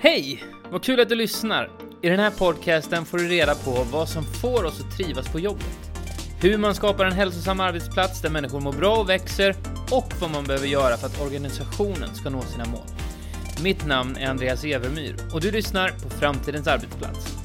Hej! Vad kul att du lyssnar. I den här podcasten får du reda på vad som får oss att trivas på jobbet. Hur man skapar en hälsosam arbetsplats där människor mår bra och växer och vad man behöver göra för att organisationen ska nå sina mål. Mitt namn är Andreas Evermyr och du lyssnar på Framtidens arbetsplats.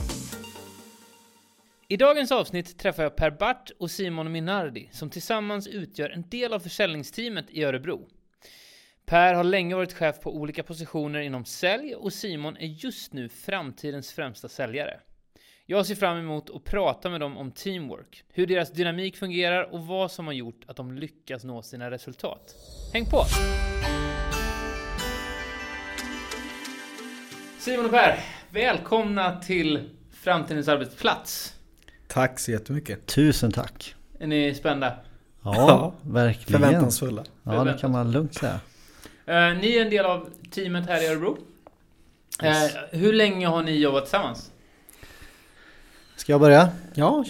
I dagens avsnitt träffar jag Per Bart och Simon Minardi som tillsammans utgör en del av försäljningsteamet i Örebro. Per har länge varit chef på olika positioner inom sälj och Simon är just nu framtidens främsta säljare. Jag ser fram emot att prata med dem om teamwork, hur deras dynamik fungerar och vad som har gjort att de lyckas nå sina resultat. Häng på! Simon och Per, välkomna till Framtidens arbetsplats. Tack så jättemycket. Tusen tack. Är ni spända? Ja, verkligen. Förväntansfulla. Ja, det kan man lugnt säga. Ni är en del av teamet här i Örebro. Yes. Hur länge har ni jobbat tillsammans? Ska jag börja? Ja,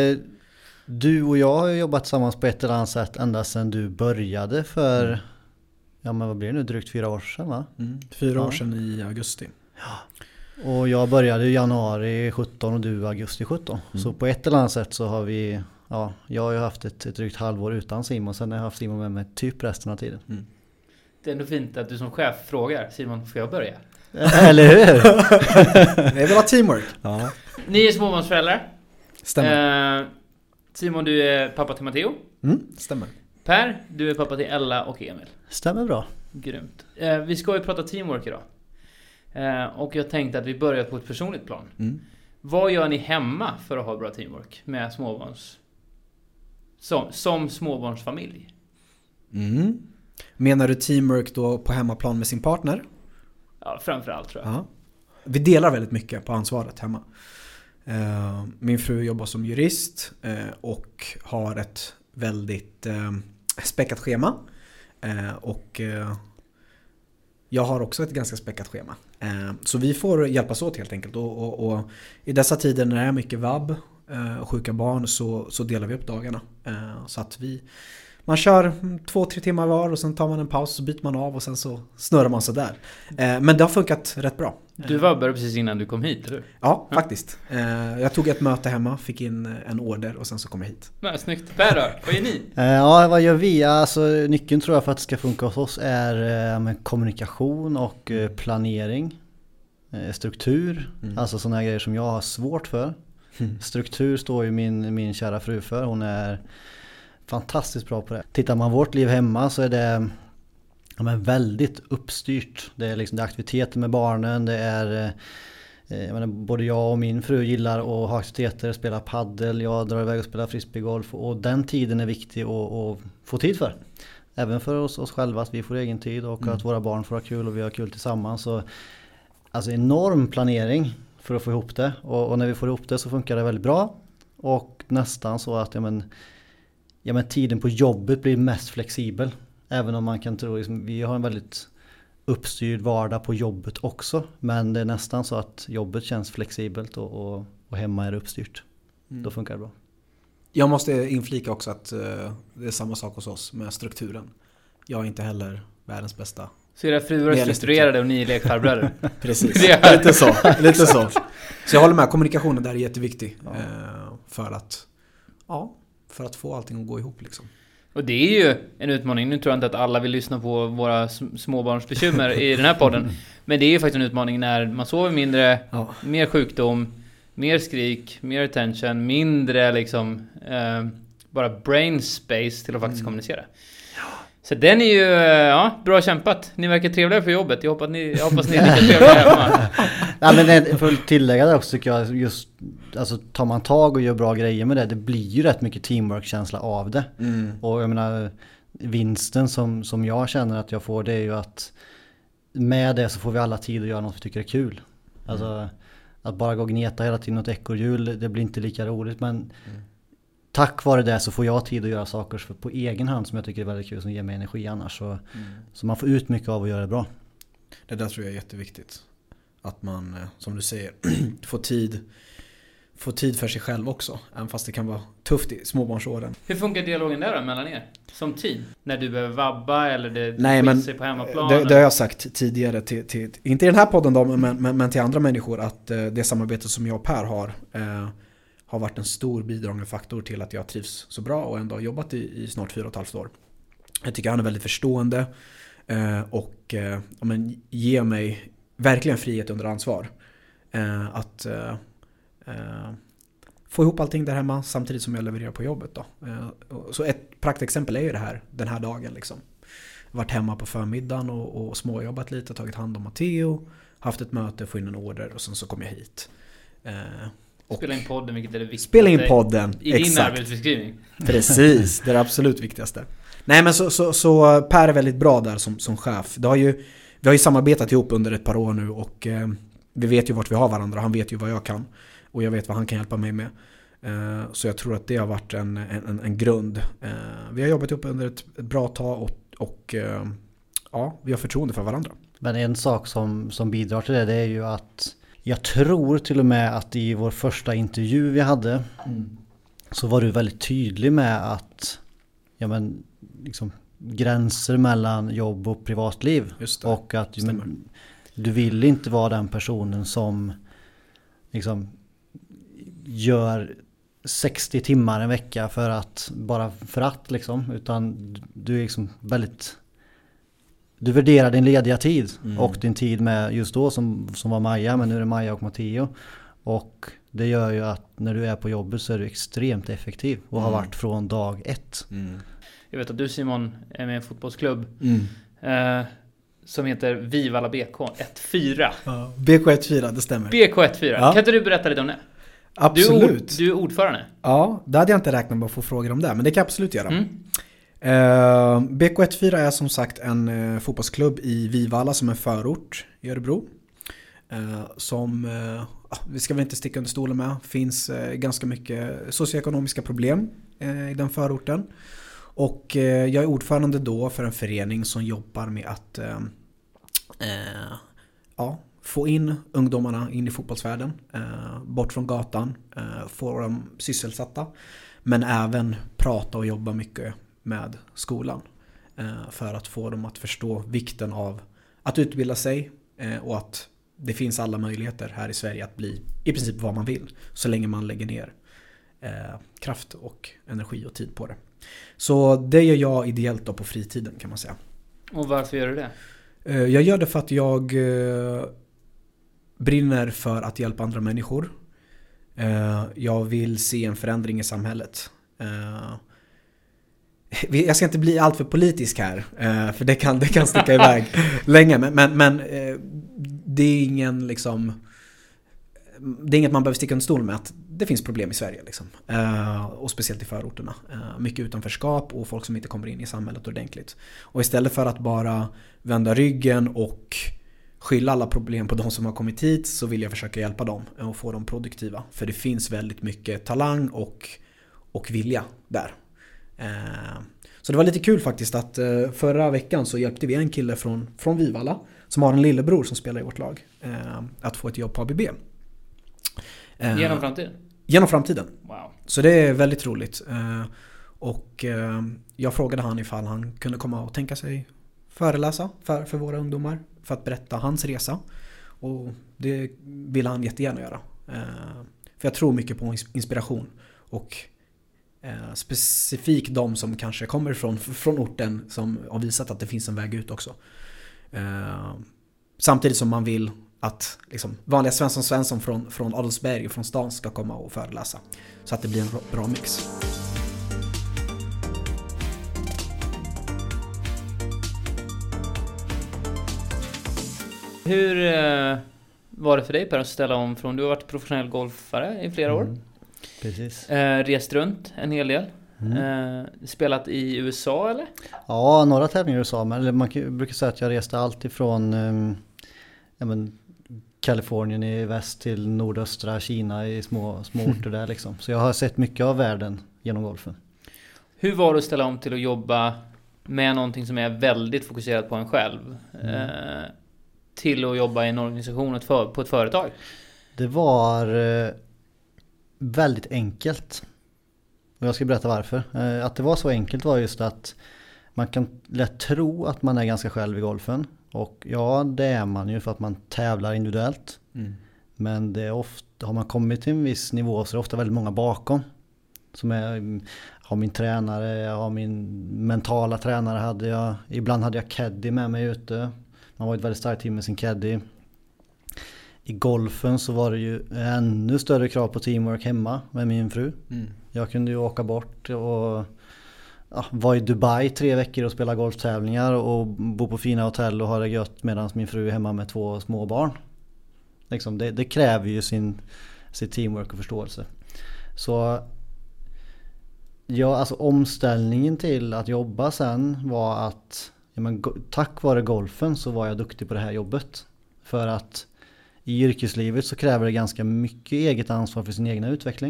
du och jag har jobbat tillsammans på ett eller annat sätt ända sedan du började för, ja men vad blir det nu, drygt 4 år sedan va? 4 år sedan i augusti. Ja. Och jag började i januari 17 och du augusti 17. Så på ett eller annat sätt så har vi, ja, jag har ju haft ett drygt halvår utan Simon. Sen har jag haft Simon med mig typ resten av tiden. Det är ändå fint att du som chef frågar, Simon, får jag börja? Eller hur? Det är väl teamwork. Ja. Ni är småbarnsföräldrar. Stämmer. Simon, du är pappa till Matteo. Stämmer. Per, du är pappa till Ella och Emil. Stämmer bra. Grymt. Vi ska ju prata teamwork idag. Och jag tänkte att vi börjar på ett personligt plan. Vad gör ni hemma för att ha bra teamwork med småbarns... Som småbarnsfamilj? Menar du teamwork då på hemmaplan med sin partner? Ja, framförallt tror jag. Ja. Vi delar väldigt mycket på ansvaret hemma. Min fru jobbar som jurist och har ett väldigt späckat schema. Och jag har också ett ganska späckat schema. Så vi får hjälpas åt helt enkelt. Och i dessa tider när det är mycket vabb och sjuka barn så delar vi upp dagarna. Så att man kör 2-3 timmar var och sen tar man en paus så byter man av och sen så snurrar man så där. Men det har funkat rätt bra. Du vabbade precis innan du kom hit, eller? Ja, faktiskt. Jag tog ett möte hemma, fick in en order och sen så kom jag hit. Nej, snyggt. Per då, vad gör ni? Ja, vad gör vi? Alltså, nyckeln tror jag för att det ska funka hos oss är med kommunikation och planering. Struktur, alltså sådana grejer som jag har svårt för. Struktur står ju min kära fru för. Hon är fantastiskt bra på det. Tittar man vårt liv hemma så är det väldigt uppstyrt. Det är liksom det är aktiviteter med barnen. Det är både jag och min fru gillar att ha aktiviteter, spela paddel. Jag drar iväg och spelar frisbeegolf. Och den tiden är viktig att få tid för. Även för oss själva att vi får egen tid och att våra barn får ha kul och vi har kul tillsammans. Så, alltså enorm planering för att få ihop det. Och när vi får ihop det så funkar det väldigt bra. Och nästan så att men tiden på jobbet blir mest flexibel. Även om man kan tro liksom, vi har en väldigt uppstyrd vardag på jobbet också. Men det är nästan så att jobbet känns flexibelt och hemma är det uppstyrt. Då funkar det bra. Jag måste inflika också att det är samma sak hos oss med strukturen. Jag är inte heller världens bästa. Så era fruar är strukturerade och ni är lekfarbröder? Precis, lite så. Så jag håller med, kommunikationen där är jätteviktig. För att få allting att gå ihop liksom. Och det är ju en utmaning. Nu tror jag inte att alla vill lyssna på våra småbarnsbekymmer i den här podden. Men det är ju faktiskt en utmaning när man sover mindre, mer sjukdom, mer skrik, mer attention, mindre liksom bara brain space till att faktiskt kommunicera. Så den är ju, bra kämpat. Ni verkar trevliga på jobbet. Jag hoppas ni är lika trevliga hemma. Ja, men för att tillägga det också tycker jag just, alltså tar man tag och gör bra grejer med det blir ju rätt mycket teamwork-känsla av det. Och jag menar, vinsten som jag känner att jag får, det är ju att med det så får vi alla tid att göra något vi tycker är kul. Alltså att bara gå och gneta hela tiden åt ekorrhjul, det blir inte lika roligt, men tack vare det så får jag tid att göra saker på egen hand som jag tycker är väldigt kul, som ger mig energi annars. Så man får ut mycket av att göra det bra. Det där tror jag är jätteviktigt. Att man, som du säger, får tid få tid för sig själv också. Även fast det kan vara tufft i småbarnsåren. Hur funkar dialogen där då mellan er? Som team? När du behöver vabba eller det sig på hemmaplan? Det har jag sagt tidigare till inte i den här podden då, men till andra människor, att det samarbete som jag och Per har varit en stor bidragande faktor till att jag trivs så bra och ändå har jobbat i snart 4,5 år. Jag tycker han är väldigt förstående och ger mig verkligen frihet under ansvar. Att få ihop allting där hemma samtidigt som jag levererar på jobbet då. Så ett praktexempel är ju den här dagen liksom. Varit hemma på förmiddagen och småjobbat lite, tagit hand om Matteo, haft ett möte, få in en order och sen så kom jag hit. Spela in podden, vilket är det viktigaste. Spela in podden, i din arbetsbeskrivning. Precis, det är det absolut viktigaste. Nej, men så Per är väldigt bra där som chef. Vi har ju samarbetat ihop under ett par år nu och vi vet ju vart vi har varandra. Han vet ju vad jag kan och jag vet vad han kan hjälpa mig med. Så jag tror att det har varit en grund. Vi har jobbat ihop under ett bra tag och vi har förtroende för varandra. Men en sak som bidrar till det är ju att jag tror till och med att i vår första intervju vi hade så var du väldigt tydlig med att liksom, gränser mellan jobb och privatliv. Just det. Och att du vill inte vara den personen som liksom gör 60 timmar en vecka för att liksom, utan du är liksom du värderar din lediga tid och din tid med just då som var Maja, men nu är det Maja och Matteo. Och det gör ju att när du är på jobbet så är du extremt effektiv och har varit från dag 1. Jag vet att du, Simon, är med i en fotbollsklubb som heter Vivalla BK 1-4. Ja, BK 1-4, det stämmer. BK 1-4. Ja. Kan inte du berätta lite om det? Absolut. Du är ordförande. Ja, det hade jag inte räknat med att få frågor om det, men det kan jag absolut göra. BK 1-4 är som sagt en fotbollsklubb i Vivalla som är förort i Örebro. Som vi ska väl inte sticka under stolen med. Finns ganska mycket socioekonomiska problem i den förorten. Och jag är ordförande då för en förening som jobbar med att få in ungdomarna in i fotbollsvärlden. Bort från gatan. Få dem sysselsatta. Men även prata och jobba mycket med skolan. För att få dem att förstå vikten av att utbilda sig. Och att det finns alla möjligheter här i Sverige att bli i princip vad man vill. Så länge man lägger ner kraft och energi och tid på det. Så det gör jag ideellt då på fritiden, kan man säga. Och varför gör du det? Jag gör det för att jag brinner för att hjälpa andra människor. Jag vill se en förändring i samhället. Jag ska inte bli allt för politisk här, för det kan sticka iväg länge. Men det är ingen liksom... Det är inget man behöver sticka under stol med, att det finns problem i Sverige liksom. Och speciellt i förorterna. Mycket utanförskap och folk som inte kommer in i samhället ordentligt. Och istället för att bara vända ryggen och skylla alla problem på de som har kommit hit, så vill jag försöka hjälpa dem och få dem produktiva. För det finns väldigt mycket talang och vilja där. Så det var lite kul faktiskt att förra veckan så hjälpte vi en kille från Vivalla som har en lillebror som spelar i vårt lag att få ett jobb på ABB. Genom framtiden? Genom framtiden. Wow. Så det är väldigt roligt. Och jag frågade han ifall han kunde komma och tänka sig föreläsa för våra ungdomar. För att berätta hans resa. Och det vill han jättegärna göra. För jag tror mycket på inspiration. Och specifikt de som kanske kommer från orten som har visat att det finns en väg ut också. Samtidigt som man vill att liksom, vanliga Svensson från Adolfsberg och från stan ska komma och föreläsa. Så att det blir en bra mix. Hur var det för dig, Per, att ställa om från... Du har varit professionell golfare i flera år. Precis. Rest runt en hel del. Spelat i USA, eller? Ja, några tävlingar i USA. Men man brukar säga att jag reste allt ifrån Kalifornien i väst till nordöstra Kina i små orter där liksom. Så jag har sett mycket av världen genom golfen. Hur var det att ställa om till att jobba med någonting som är väldigt fokuserat på en själv? Till att jobba i en organisation på ett företag? Det var väldigt enkelt. Och jag ska berätta varför. Att det var så enkelt var just att man kan lätt tro att man är ganska själv i golfen. Och ja, det är man ju för att man tävlar individuellt. Men det är ofta, har man kommit till en viss nivå så är det ofta väldigt många bakom. Som har min tränare, jag har min mentala tränare hade jag. Ibland hade jag caddy med mig ute. Man var ett väldigt starkt team med sin caddy. I golfen så var det ju ännu större krav på teamwork hemma med min fru. Jag kunde ju åka bort och var i Dubai 3 veckor och spela golftävlingar och bo på fina hotell och ha det gött medan min fru är hemma med 2 små barn. Liksom, det kräver ju sitt teamwork och förståelse. Så ja, alltså omställningen till att jobba sen var att tack vare golfen så var jag duktig på det här jobbet. För att i yrkeslivet så kräver det ganska mycket eget ansvar för sin egna utveckling.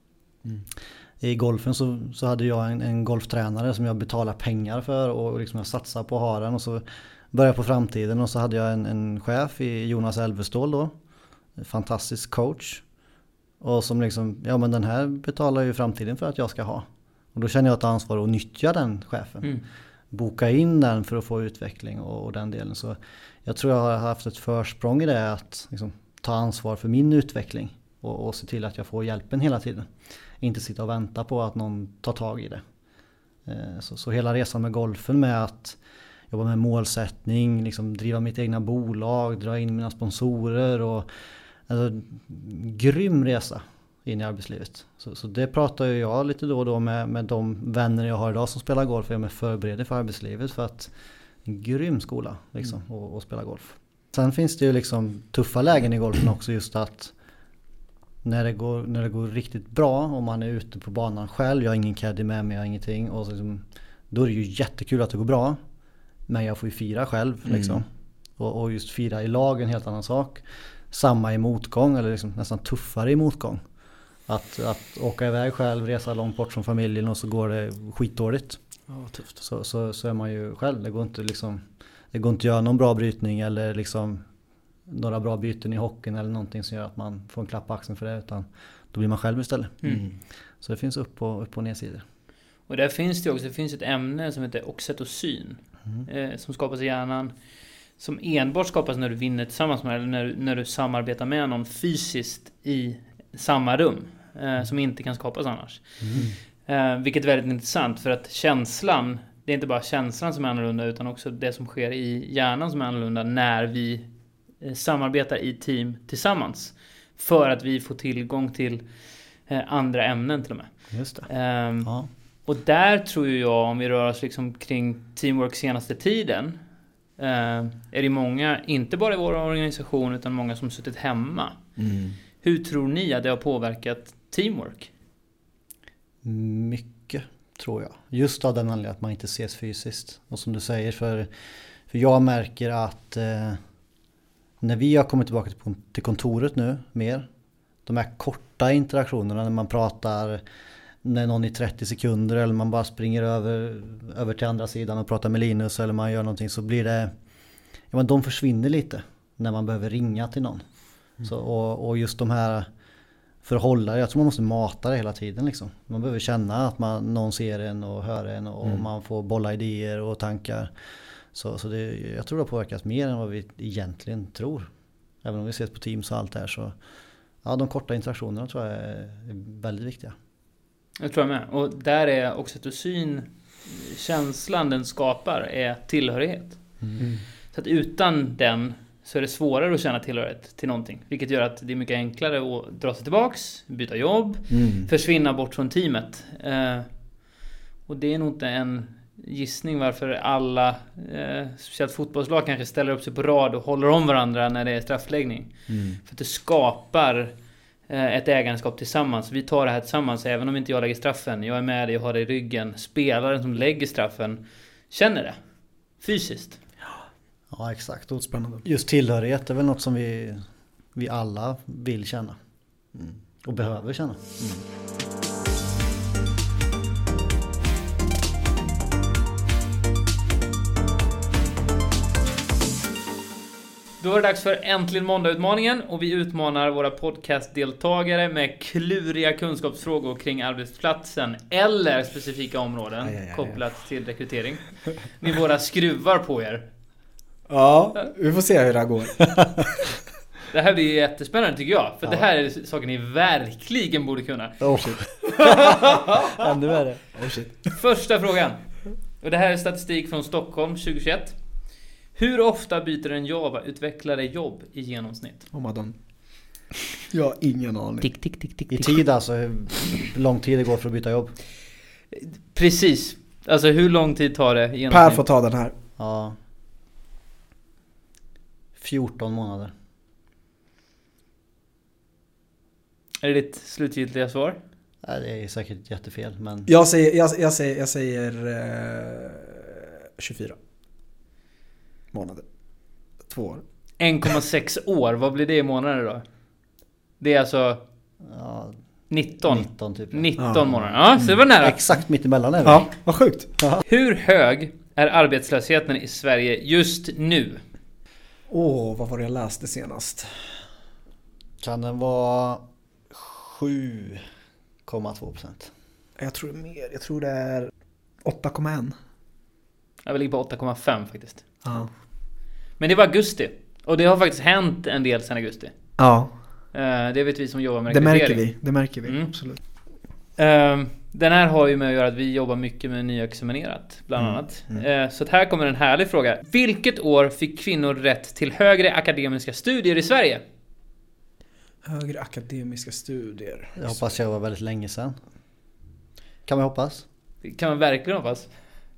I golfen så hade jag en golftränare som jag betalade pengar för och liksom jag satsade på att ha den. Och så började jag på framtiden och så hade jag en chef i Jonas Elvestål då. En fantastisk coach. Och som liksom, ja men den här betalar ju framtiden för att jag ska ha. Och då känner jag ett ansvar att nyttja den chefen. Boka in den för att få utveckling och den delen. Så jag tror jag har haft ett försprång i det att liksom, ta ansvar för min utveckling. Och se till att jag får hjälpen hela tiden. Inte sitta och vänta på att någon tar tag i det. Så hela resan med golfen med att jobba med målsättning, liksom driva mitt egna bolag, dra in mina sponsorer och alltså, grym resa in i arbetslivet. Så det pratar ju jag lite då och då med de vänner jag har idag som spelar golf. Jag är förbereder för arbetslivet för att en grym skola liksom, och spela golf. Sen finns det ju liksom tuffa lägen i golfen också, just att när det går riktigt bra och man är ute på banan själv, jag har ingen caddy med mig, jag har ingenting, och så liksom, då är det ju jättekul att det går bra, men jag får ju fira själv liksom. Och just fira i lag är en helt annan sak. Samma i motgång, eller liksom nästan tuffare i motgång. Att åka iväg själv, resa långt bort från familjen och så går det skitdåligt. Ja, tufft. Så är man ju själv. Det går inte att göra någon bra brytning eller liksom några bra byten i hockeyn eller någonting som gör att man får en klapp på axeln för det, utan då blir man själv istället. Så det finns upp och nedsidor. Och där finns det också ett ämne som heter oxytocin som skapas i hjärnan, som enbart skapas när du vinner tillsammans med, eller när du samarbetar med någon fysiskt i samma rum, som inte kan skapas annars. Vilket är väldigt intressant, för att känslan, det är inte bara känslan som är annorlunda, utan också det som sker i hjärnan som är annorlunda när vi samarbetar i team tillsammans, för att vi får tillgång till andra ämnen till och med. Just det. Och där tror jag, om vi rör oss liksom kring teamwork senaste tiden, är det många, inte bara i vår organisation utan många som suttit hemma. Hur tror ni att det har påverkat teamwork? Mycket, tror jag. Just av den anledningen att man inte ses fysiskt. Och som du säger, för jag märker att när vi har kommit tillbaka till kontoret nu mer, de här korta interaktionerna när man pratar när någon i 30 sekunder eller man bara springer över till andra sidan och pratar med Linus eller man gör någonting, så blir det, ja, men de försvinner lite när man behöver ringa till någon. Så, och just de här förhållare, jag tror man måste mata det hela tiden liksom. Man behöver känna att någon ser en och hör en och man får bolla idéer och tankar. Så det, jag tror det har påverkat mer än vad vi egentligen tror. Även om vi ses på Teams och allt det här, så ja, de korta interaktionerna tror jag är väldigt viktiga. Jag tror jag med. Och där är oxytocin, känslan den skapar är tillhörighet. Så att utan den så är det svårare att känna tillhörighet till någonting. Vilket gör att det är mycket enklare att dra sig tillbaks, byta jobb, försvinna bort från teamet. Och det är nog inte en gissning varför alla, speciellt fotbollslag, kanske ställer upp sig på rad och håller om varandra när det är straffläggning. För att det skapar ett ägandeskap tillsammans. Vi tar det här tillsammans, även om inte jag lägger straffen. Jag är med dig, jag har det i ryggen. Spelaren som lägger straffen känner det fysiskt. Ja, exakt. Och spännande. Just tillhörighet är väl något som vi alla vill känna. Och behöver känna. Då är det dags för Äntligen måndag-utmaningen och vi utmanar våra podcastdeltagare med kluriga kunskapsfrågor kring arbetsplatsen eller specifika områden kopplat till rekrytering. Med våra skruvar på er. Ja, vi får se hur det här går. Det här blir jättespännande tycker jag. För det här är saker ni verkligen borde kunna. Ännu värre. Första frågan. Och det här är statistik från Stockholm 2021. Hur ofta byter en Java-utvecklare jobb i genomsnitt? Madonna. Jag har ingen aning. Tick, tick, tick, tick, I tid alltså, hur lång tid det går för att byta jobb? Precis. Alltså hur lång tid tar det i genomsnitt? Per får ta den här. Ja. 14 månader. Är det ditt slutgiltiga svar? Nej, det är säkert jättefel, men... Jag säger 24 månader. 2 år. 1,6 år. Vad blir det i månader då? Det är alltså 19. 19 typ. 19 månader. Ja, så det var nära. Exakt mitt emellan är det. Ja, vad sjukt. Hur hög är arbetslösheten i Sverige just nu? Vad var det jag läste senast? Kan den vara 7,2%? Jag tror det är mer. Jag tror det är 8,1. Jag vill ligga på 8,5 faktiskt. Ja. Men det var augusti. Och det har faktiskt hänt en del sedan augusti. Ja. Det vet vi som jobbar med Det rekrytering. märker vi. Absolut. Den här har ju med att göra att vi jobbar mycket med nyexaminerat bland annat. Så att här kommer en härlig fråga. Vilket år fick kvinnor rätt till högre akademiska studier i Sverige? Högre akademiska studier. Jag hoppas jag var väldigt länge sedan. Kan man hoppas? Kan man verkligen hoppas?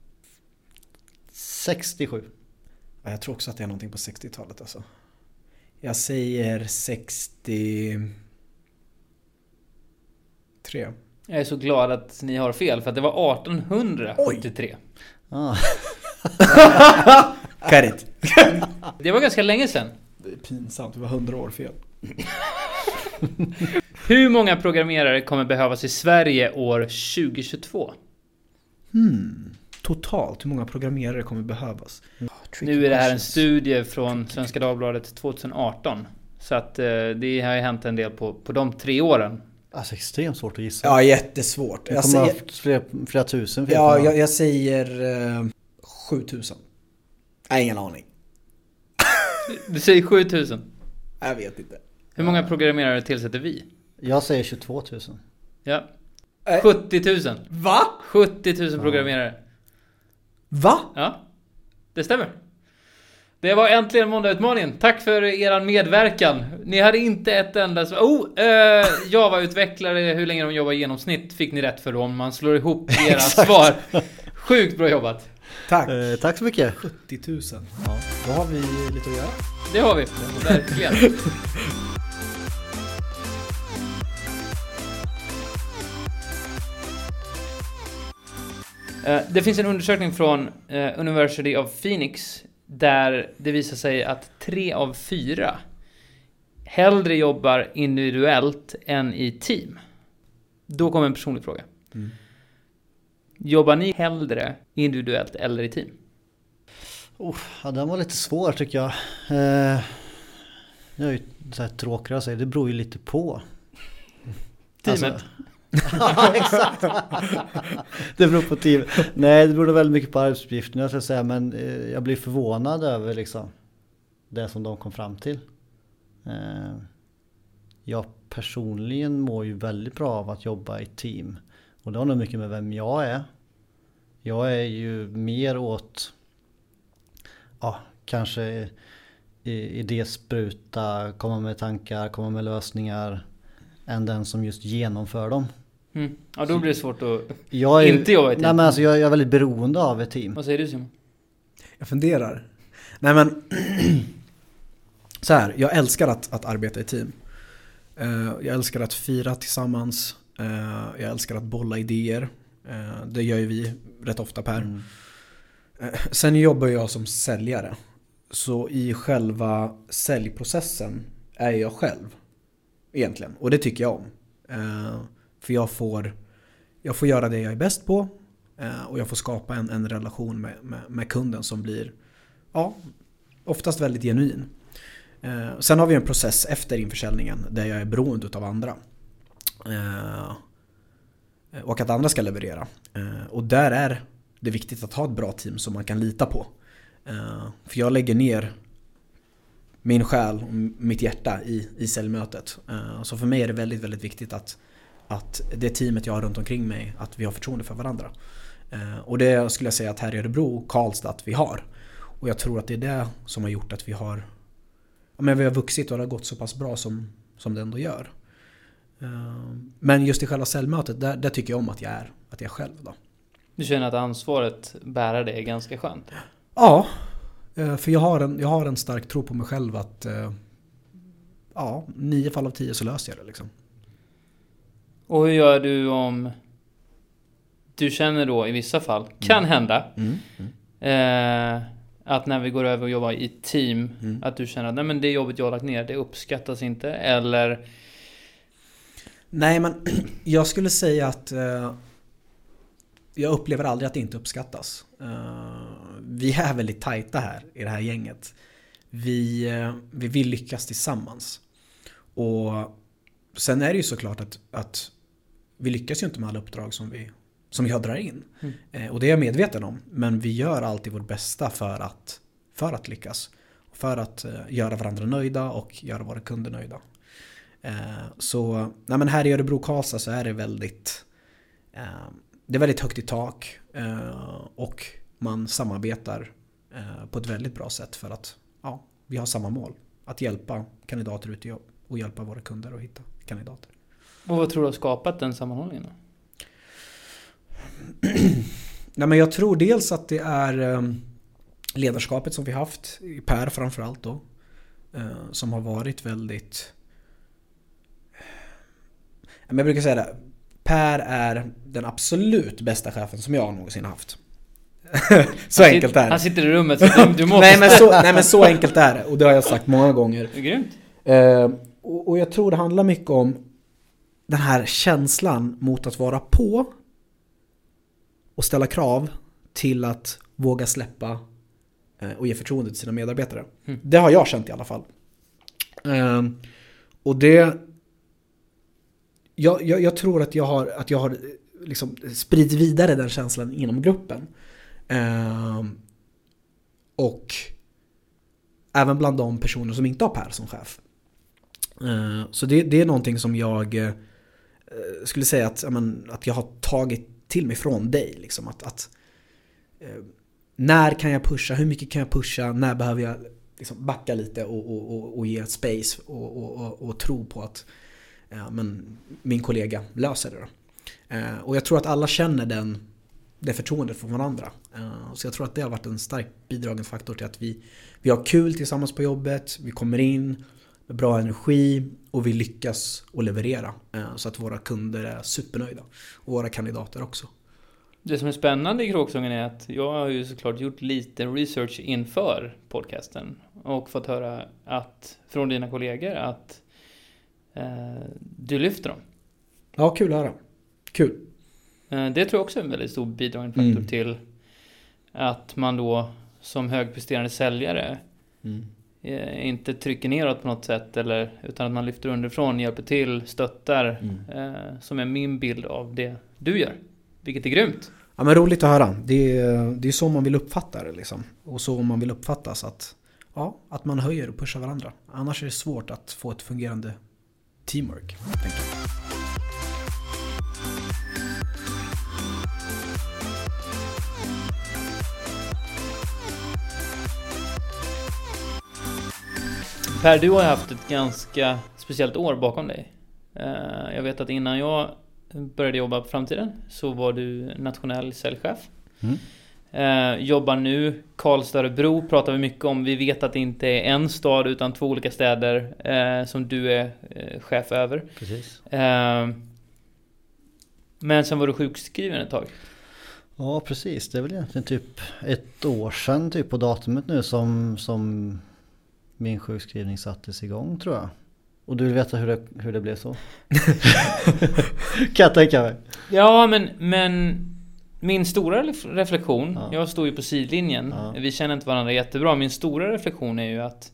67. Jag tror också att det är någonting på 60-talet alltså. Jag säger 63. Jag är så glad att ni har fel för att det var 1873. Karit. Det var ganska länge sedan. Det är pinsamt, det var 100 år fel. Hur många programmerare kommer behövas i Sverige år 2022? Totalt, hur många programmerare kommer behövas? Nu är det här en studie från Svenska Dagbladet 2018. Så att det har ju hänt en del på de 3 åren. Alltså extremt svårt att gissa. Ja, jättesvårt. Jag kommer ha flera tusen. Ja, jag säger 7000. Nej, ingen aning. Du säger 7000. Jag vet inte. Hur många programmerare tillsätter vi? Jag säger 22 000. Ja. 70 000. Va? 70 000 programmerare. Va? Ja, det stämmer. Det var äntligen måndagsutmaningen. Tack för eran medverkan. Ni hade inte ett enda... Java-utvecklare, hur länge de jobbar i genomsnitt fick ni rätt för om man slår ihop era svar. Sjukt bra jobbat. Tack. Tack så mycket. 70 000. Ja, då har vi lite att göra. Det har vi, verkligen. Det finns en undersökning från University of Phoenix där det visar sig att 3 av 4 hellre jobbar individuellt än i team. Då kommer en personlig fråga. Jobbar ni hellre individuellt eller i team? Ja, den var lite svår tycker jag. Jag är ju så här tråkigare att säga. Det beror ju lite på. Teamet? Alltså, ja, exakt. Det beror på teamet. Nej, det beror väldigt mycket på arbetsuppgifterna, jag ska säga. Men jag blir förvånad över liksom det som de kom fram till. Jag personligen mår ju väldigt bra av att jobba i team. Och det har nog mycket med vem jag är. Jag är ju mer åt kanske idéspruta, komma med tankar, komma med lösningar än den som just genomför dem. Ja, då blir det svårt att inte jobba i team. Nej, men alltså jag är väldigt beroende av ett team. Vad säger du, Simon? Jag funderar. Nej, men så här, jag älskar att arbeta i team. Jag älskar att fira tillsammans. Jag älskar att bolla idéer. Det gör ju vi rätt ofta, Per. Sen jobbar jag som säljare. Så i själva säljprocessen är jag själv egentligen. Och det tycker jag om. För jag får göra det jag är bäst på. Och jag får skapa en relation med kunden som blir oftast väldigt genuin. Sen har vi en process efter införsäljningen där jag är beroende av andra. Och att andra ska leverera. Och där är det viktigt att ha ett bra team som man kan lita på. För jag lägger ner min själ och mitt hjärta i säljmötet. Så för mig är det väldigt, väldigt viktigt att det teamet jag har runt omkring mig, att vi har förtroende för varandra. Och det skulle jag säga att här i Örebro, Karlstad, att vi har. Och jag tror att det är det som har gjort att vi har vuxit och det har gått så pass bra som det ändå gör. Men just i själva säljmötet, där tycker jag om att jag är själv då. Du känner att ansvaret bära det är ganska skönt? Ja, för jag har en stark tro på mig själv att 9 fall av 10 så löser jag det liksom. Och hur gör du om du känner då i vissa fall, kan hända, att när vi går över och jobbar i team, att du känner att nej, men det jobbet jag har lagt ner, det uppskattas inte, eller? Nej, men jag skulle säga att jag upplever aldrig att det inte uppskattas. Vi är väldigt tajta här i det här gänget. Vi vill lyckas tillsammans. Och sen är det ju såklart att vi lyckas ju inte med alla uppdrag som jag drar in. Och det är jag medveten om. Men vi gör alltid vårt bästa för att lyckas. För att göra varandra nöjda och göra våra kunder nöjda. Så men här i Örebro Karlstad så är det det är väldigt högt i tak. Och man samarbetar på ett väldigt bra sätt för att vi har samma mål. Att hjälpa kandidater ut i jobb och hjälpa våra kunder att hitta kandidater. Och vad tror du har skapat den sammanhållningen då? Nej, men jag tror dels att det är ledarskapet som vi haft i Per framförallt då, som har varit väldigt, jag brukar säga det, Per är den absolut bästa chefen som jag någonsin haft. Så enkelt är det. Han sitter i rummet så du måste. nej men så enkelt är det, och det har jag sagt många gånger. Det är grymt. Och jag tror det handlar mycket om den här känslan mot att vara på och ställa krav till att våga släppa och ge förtroende till sina medarbetare. Det har jag känt i alla fall. Och det jag tror att jag har liksom spridit vidare den känslan inom gruppen. Och även bland de personer som inte har Per som chef. Så det är någonting som jag skulle säga att jag har tagit till mig från dig liksom, att när kan jag pusha, hur mycket kan jag pusha, när behöver jag liksom backa lite och ge ett space och tro på att min kollega löser det då. Och jag tror att alla känner det förtroendet från varandra. Så jag tror att det har varit en stark bidragande faktor till att vi har kul tillsammans på jobbet, vi kommer in med bra energi och vi lyckas att leverera så att våra kunder är supernöjda och våra kandidater också. Det som är spännande i Kråksången är att jag har ju såklart gjort lite research inför podcasten och fått höra från dina kollegor att du lyfter dem. Ja, kul att höra. Kul. Det tror jag också är en väldigt stor bidragande faktor till att man då som högpresterande säljare inte trycker neråt på något sätt, utan att man lyfter underifrån, hjälper till, stöttar, som är min bild av det du gör. Vilket är grymt. Ja, men roligt att höra. Det är så man vill uppfatta det liksom. Och så man vill uppfattas att man höjer och pushar varandra. Annars är det svårt att få ett fungerande teamwork, tänker jag. Per, du har haft ett ganska speciellt år bakom dig. Jag vet att innan jag började jobba på Framtiden så var du nationell säljchef. Jobbar nu Karlstad, Örebro pratar vi mycket om. Vi vet att det inte är en stad utan 2 olika städer som du är chef över. Precis. Men sen var du sjukskriven ett tag. Ja, precis. Det är väl egentligen typ 1 år sedan typ på datumet nu som min sjukskrivning sattes igång, tror jag. Och du vill veta hur det blev så? Kan jag tänka mig. Ja, men min stora reflektion, jag står ju på sidlinjen, vi känner inte varandra jättebra. Min stora reflektion är ju att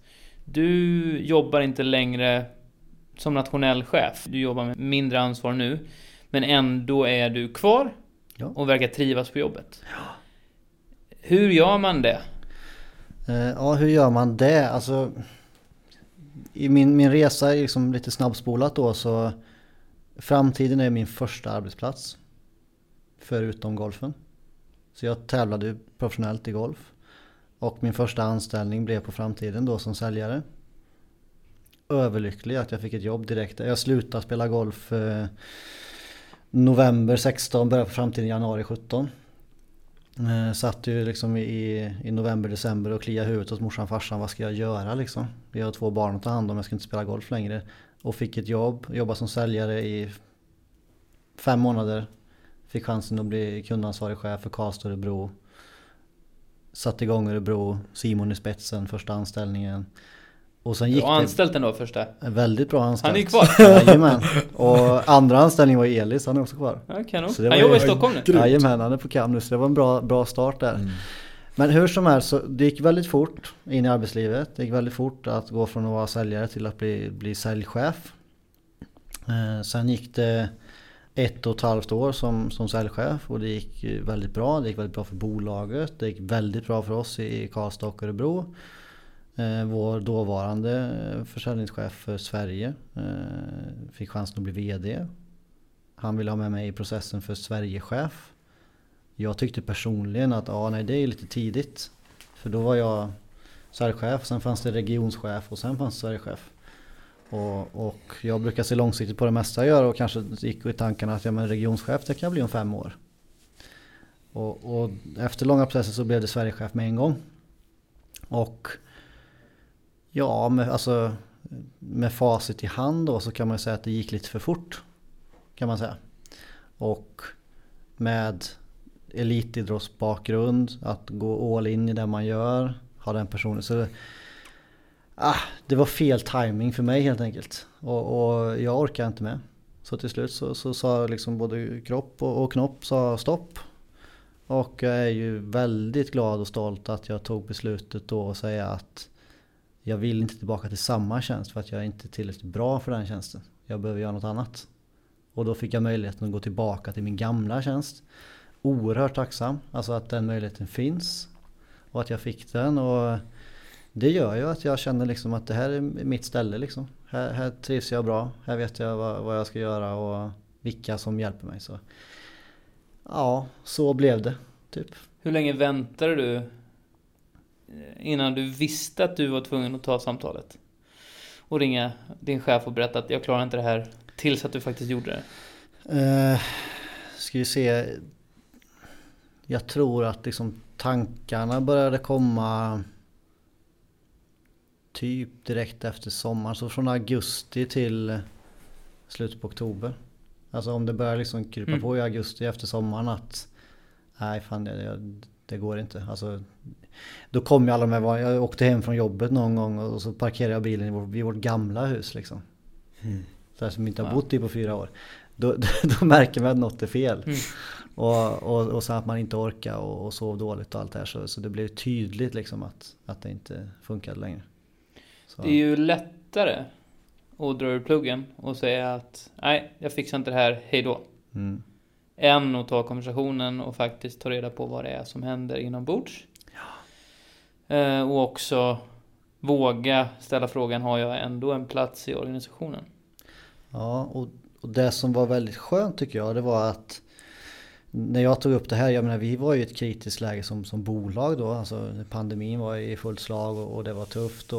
Du jobbar inte längre som nationell chef. Du jobbar med mindre ansvar nu. Men ändå är du kvar och verkar trivas på jobbet. Ja. Hur gör man det? Ja, hur gör man det? Alltså, i min resa är liksom lite snabbspolat då, så framtiden är min första arbetsplats. Förutom golfen. Så jag tävlade professionellt i golf. Och min första anställning blev på framtiden då som säljare. Överlycklig att jag fick ett jobb direkt. Jag slutade spela golf november 16, började på framtiden januari 17. Satt ju liksom i november, december och kliade huvudet hos morsan och farsan. Vad ska jag göra liksom? Jag har 2 barn att ta hand om, jag ska inte spela golf längre. Och fick ett jobb, jobbade som säljare i 5 månader. Fick chansen att bli kundansvarig chef för Karlstad och Örebro. Satt igång Örebro, Simon i spetsen, första anställningen. Och sen gick anställt ändå första? Väldigt bra anställd. Han är kvar? Jajamän. Och andra anställningen var Elis, han är också kvar. Ja, kanon. Han jobbar i Stockholm nu? Jajamän, han är på Cam nu, så det var en bra start där. Men hur som helst, så det gick väldigt fort in i arbetslivet. Det gick väldigt fort att gå från att vara säljare till att bli säljchef. Sen gick det 1,5 år som säljchef och det gick väldigt bra. Det gick väldigt bra för bolaget. Det gick väldigt bra för oss i Karlstad och Örebro. Vår dåvarande försäljningschef för Sverige fick chansen att bli vd. Han ville ha med mig i processen för Sverigechef. Jag tyckte personligen att det är lite tidigt. För då var jag säljchef, sen fanns det regionschef och sen fanns det Sverigechef. Och jag brukar se långsiktigt på det mesta jag gör och kanske gick i tankarna att regionschef det kan bli om 5 år. Och efter långa processer så blev det Sverigechef med en gång. Och med facit i hand då så kan man säga att det gick lite för fort. Kan man säga. Och med elitidrottsbakgrund, att gå all in i det man gör, ha den personen. Så det var fel timing för mig helt enkelt. Och jag orkade inte med. Så till slut så sa liksom både kropp och knopp sa stopp. Och jag är ju väldigt glad och stolt att jag tog beslutet då och säga att jag vill inte tillbaka till samma tjänst för att jag är inte tillräckligt bra för den tjänsten. Jag behöver göra något annat. Och då fick jag möjligheten att gå tillbaka till min gamla tjänst. Oerhört tacksam. Alltså att den möjligheten finns. Och att jag fick den. Och det gör ju att jag känner liksom att det här är mitt ställe liksom. Här trivs jag bra. Här vet jag vad jag ska göra och vilka som hjälper mig. Så ja, så blev det typ. Hur länge väntade du innan du visste att du var tvungen att ta samtalet? Och ringa din chef och berätta att jag klarar inte det här tills att du faktiskt gjorde det? Ska vi se. Jag tror att liksom tankarna började komma typ direkt efter sommaren. Så från augusti till slutet på oktober. Alltså om det börjar liksom krypa på i augusti efter sommaren att nej fan det går inte. Alltså då kom ju alla de här, jag åkte hem från jobbet någon gång och så parkerade jag bilen i vårt gamla hus liksom. Så här som inte har bott i på 4 år. Då märker man att något är fel. Och så att man inte orkar och sov dåligt och allt det här. Så det blev tydligt liksom att det inte funkade längre. Så. Det är ju lättare att dra ur pluggen och säga att nej, jag fixar inte det här, hej då. Än att ta konversationen och faktiskt ta reda på vad det är som händer inombords. Ja. Och också våga ställa frågan, har jag ändå en plats i organisationen? Ja, och det som var väldigt skönt tycker jag, det var att när jag tog upp det här, jag menar vi var ju i ett kritiskt läge som bolag då, alltså pandemin var i fullt slag och det var tufft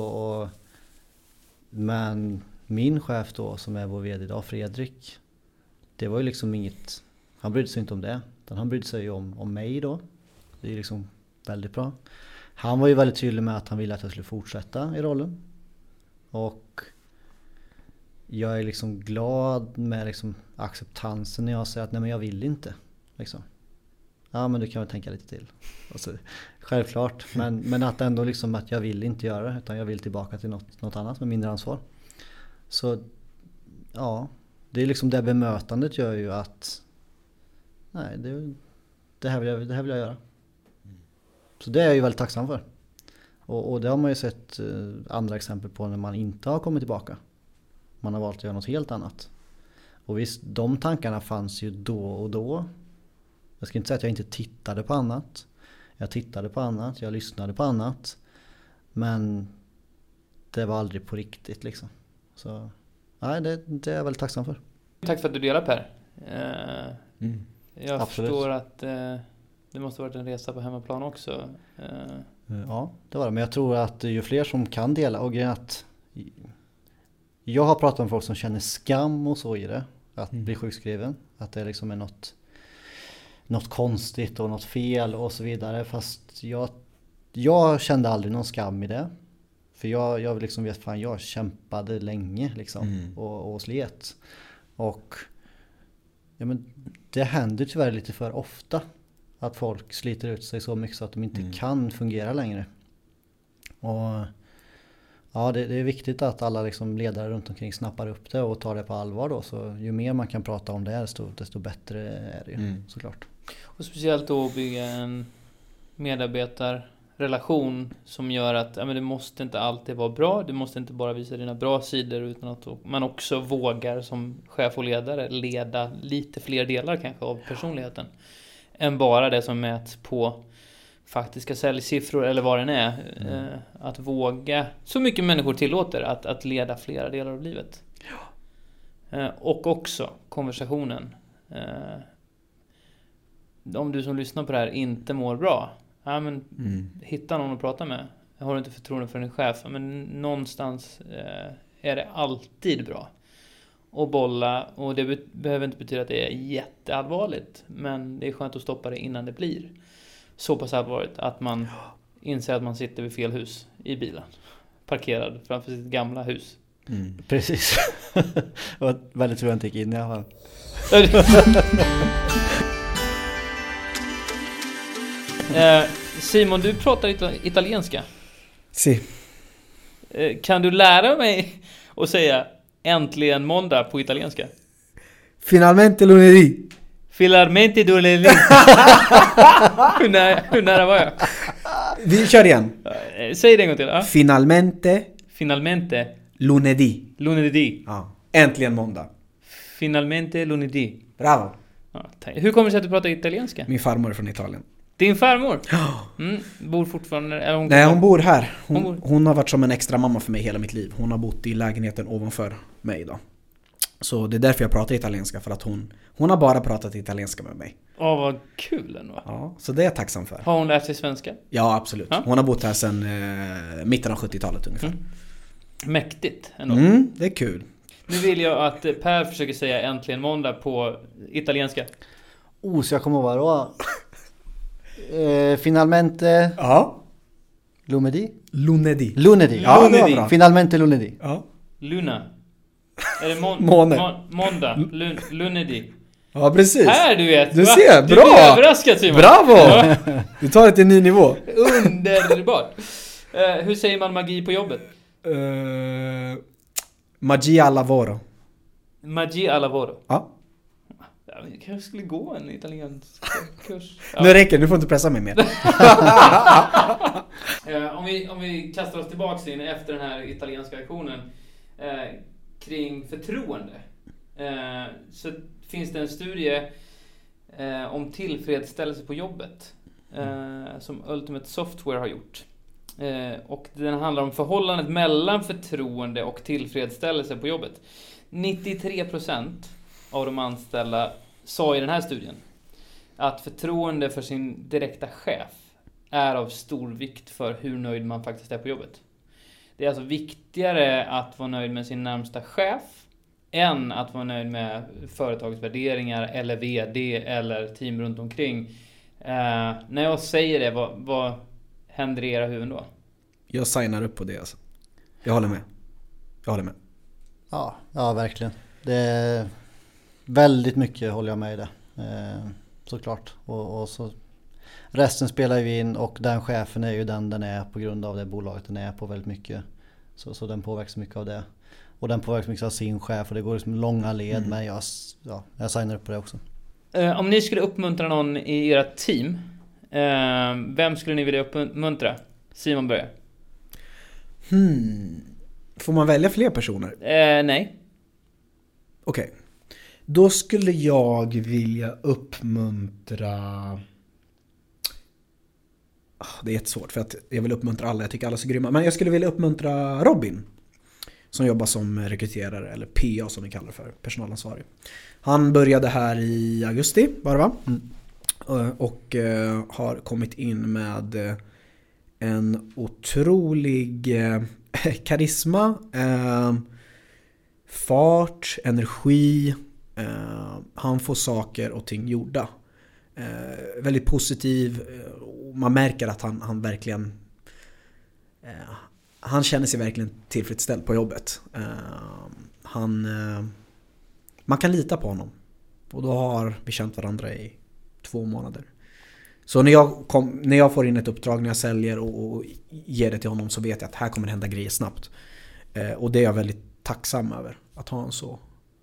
men min chef då som är vår vd idag, Fredrik, det var ju liksom inget, han brydde sig inte om det, utan han brydde sig ju om mig då. Det är liksom väldigt bra. Han var ju väldigt tydlig med att han ville att jag skulle fortsätta i rollen. Och jag är liksom glad med liksom acceptansen när jag säger att nej men jag vill inte. Liksom. Ja men du kan väl tänka lite till. Alltså, självklart. Men att ändå liksom att jag vill inte göra det. Utan jag vill tillbaka till något annat med mindre ansvar. Så ja, det är liksom det bemötandet gör ju att nej det här vill jag göra. Så det är jag ju väldigt tacksam för. Och det har man ju sett andra exempel på när man inte har kommit tillbaka. Man har valt att göra något helt annat. Och visst, de tankarna fanns ju då och då. Jag ska inte säga att jag inte tittade på annat. Jag tittade på annat, jag lyssnade på annat. Men det var aldrig på riktigt liksom. Så nej, det är jag väldigt tacksam för. Tack för att du delar, Per. Jag Absolut. förstår att det måste ha varit en resa på hemmaplan också. Ja, det var det. Men jag tror att ju fler som kan dela, och grejen att jag har pratat med folk som känner skam och så i det. Att bli sjukskriven. Att det liksom är något konstigt och något fel och så vidare. Fast jag kände aldrig någon skam i det. För jag liksom vet, fan, jag kämpade länge liksom och slet. Och ja, men det händer tyvärr lite för ofta att folk sliter ut sig så mycket så att de inte kan fungera längre. Och ja, det är viktigt att alla liksom ledare runt omkring snappar upp det och tar det på allvar då. Så ju mer man kan prata om det desto bättre är det ju, såklart. Och speciellt då bygga en medarbetarrelation som gör att det måste inte alltid vara bra. Du måste inte bara visa dina bra sidor, utan att man också vågar som chef och ledare leda lite fler delar kanske av personligheten än bara det som mäts på faktiska säljsiffror eller vad den är. Att våga, så mycket människor tillåter, att leda flera delar av livet. Och också konversationen. Om du som lyssnar på det här inte mår bra, hitta någon att prata med. Har du inte förtroende för din chef, men någonstans är det alltid bra att bolla. Och det behöver inte betyda att det är jätteallvarligt, men det är skönt att stoppa det innan det blir så pass allvarligt att man inser att man sitter vid fel hus i bilen, parkerad framför sitt gamla hus. Precis. Det var väldigt tur att jag inte gick in i alla fall. Simon, du pratar italienska. Si. Kan du lära mig att säga äntligen måndag på italienska? Finalmente lunedì. Finalmente lunedì. Hur nära var jag? Vi kör igen. Säg det en gång till. Ja. Finalmente lunedì. Lunedì. Ja. Äntligen måndag. Finalmente lunedì. Bravo. Ja, hur kommer det sig att du pratar italienska? Min farmor är från Italien. Din farmor? Bor fortfarande... Nej, hon bor här. Hon har varit som en extra mamma för mig hela mitt liv. Hon har bott i lägenheten ovanför mig då. Så det är därför jag pratar italienska. För att hon har bara pratat italienska med mig. Vad kul ändå. Ja, så det är jag tacksam för. Har hon lärt sig svenska? Ja, absolut. Ja? Hon har bott här sedan mitten av 70-talet ungefär. Mäktigt ändå. Det är kul. Nu vill jag att Per försöker säga äntligen måndag på italienska. Så jag kommer ihåg vad det var. Finalmente... Ja. Lunedì. Ja, det var bra. Finalmente lunedì. Ja. Luna. Är det måndag? Lunedì. Ja, precis. Här, du vet. Du ser, bra. Du blir överraskad, Simon. Bravo. Ja. Du tar det till en ny nivå. Underbart. Hur säger man magi på jobbet? Magia al lavoro. Magia al lavoro. Ja. Jag kanske skulle gå en italiensk kurs. Ja. Nu räcker, du får inte pressa mig mer. Om vi kastar oss tillbaka in efter den här italienska aktionen kring förtroende. Så finns det en studie om tillfredsställelse på jobbet som Ultimate Software har gjort. Och den handlar om förhållandet mellan förtroende och tillfredsställelse på jobbet. 93% av de anställda sa i den här studien att förtroende för sin direkta chef är av stor vikt för hur nöjd man faktiskt är på jobbet. Det är alltså viktigare att vara nöjd med sin närmsta chef än att vara nöjd med företagets värderingar eller vd eller team runt omkring. När jag säger det, vad händer i era huvuden då? Jag signar upp på det alltså. Jag håller med. Ja, verkligen. Det är väldigt mycket håller jag med i det. Såklart. Och så resten spelar ju in, och den chefen är ju den är på grund av det bolaget den är på väldigt mycket. Så den påverkas mycket av det. Och den påverkas mycket av sin chef, och det går liksom långa led. Men jag signar upp på det också. Om ni skulle uppmuntra någon i era team, vem skulle ni vilja uppmuntra? Simon börjar. Får man välja fler personer? Nej. Okej. Då skulle jag vilja uppmuntra... Det är jättesvårt för att jag vill uppmuntra alla. Jag tycker alla är så grymma. Men jag skulle vilja uppmuntra Robin. Som jobbar som rekryterare. Eller PA som vi kallar det för. Personalansvarig. Han började här i augusti bara va? Och har kommit in med en otrolig karisma. Fart, energi. Han får saker och ting gjorda. Väldigt positiv. Man märker att han verkligen han känner sig verkligen tillfredsställd på jobbet. Man kan lita på honom. Och då har vi känt varandra i 2 månader. Så när jag får in ett uppdrag, när jag säljer och ger det till honom, så vet jag att här kommer det hända grejer snabbt. Och det är jag väldigt tacksam över. Att ha en så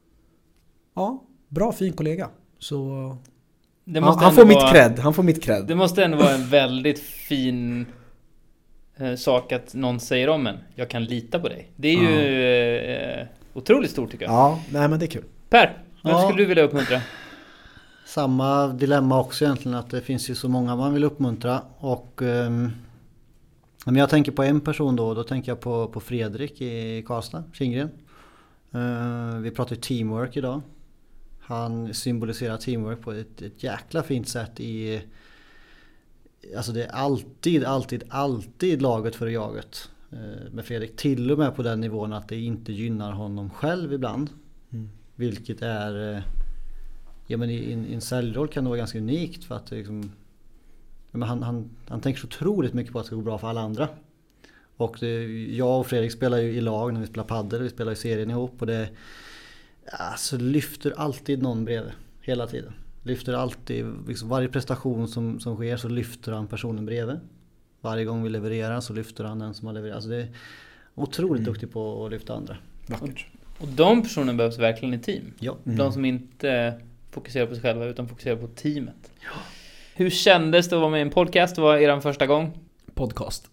bra, fin kollega. Så han får mitt cred. Det måste ändå vara en väldigt fin sak att någon säger om en. Jag kan lita på dig. Det är ju otroligt stort tycker jag. Ja, nej men det är kul. Per, vem skulle du vilja uppmuntra? Samma dilemma också egentligen, att det finns ju så många man vill uppmuntra. Och men jag tänker på en person då tänker jag på Fredrik i Karlstad, Kindgren. Vi pratar teamwork idag. Han symboliserar teamwork på ett jäkla fint sätt i... Alltså det är alltid laget för jaget med Fredrik. Till och med på den nivån att det inte gynnar honom själv ibland. Vilket är... Ja, men i en säljroll kan det vara ganska unikt för att det liksom, men han tänker så otroligt mycket på att det ska gå bra för alla andra. Och jag och Fredrik spelar ju i lag när vi spelar paddel, vi spelar i serien ihop och det alltså lyfter alltid någon bredvid hela tiden. Lyfter alltid, liksom varje prestation som sker så lyfter han personen bredvid. Varje gång vi levererar så lyfter han den som har levererat. Alltså det är otroligt duktig på att lyfta andra. Och de personerna behövs verkligen i team. Ja. De som inte fokuserar på sig själva utan fokuserar på teamet. Ja. Hur kändes det att vara med i en podcast? Det var er första gång? Podcast.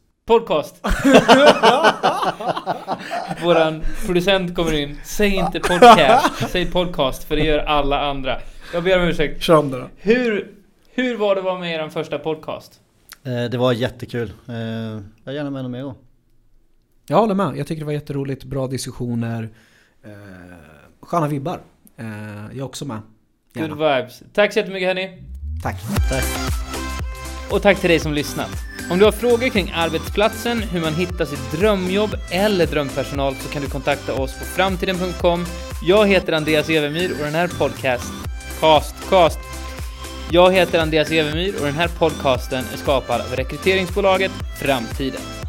Våran producent kommer in. Säg inte podcast, säg podcast, för det gör alla andra. Jag ber om ursäkt. Hur var det att vara med i er första podcast? Det var jättekul. Jag är gärna med mig då. Jag håller med. Jag tycker det var jätteroligt. Bra diskussioner. Sköna vibbar. Jag är också med. Gärna. Good vibes. Tack så jättemycket hörni. Tack. Och tack till dig som lyssnat. Om du har frågor kring arbetsplatsen, hur man hittar sitt drömjobb eller drömpersonal, så kan du kontakta oss på framtiden.com. Jag heter Andreas Evermyr och den här podcasten är skapad av rekryteringsbolaget Framtiden.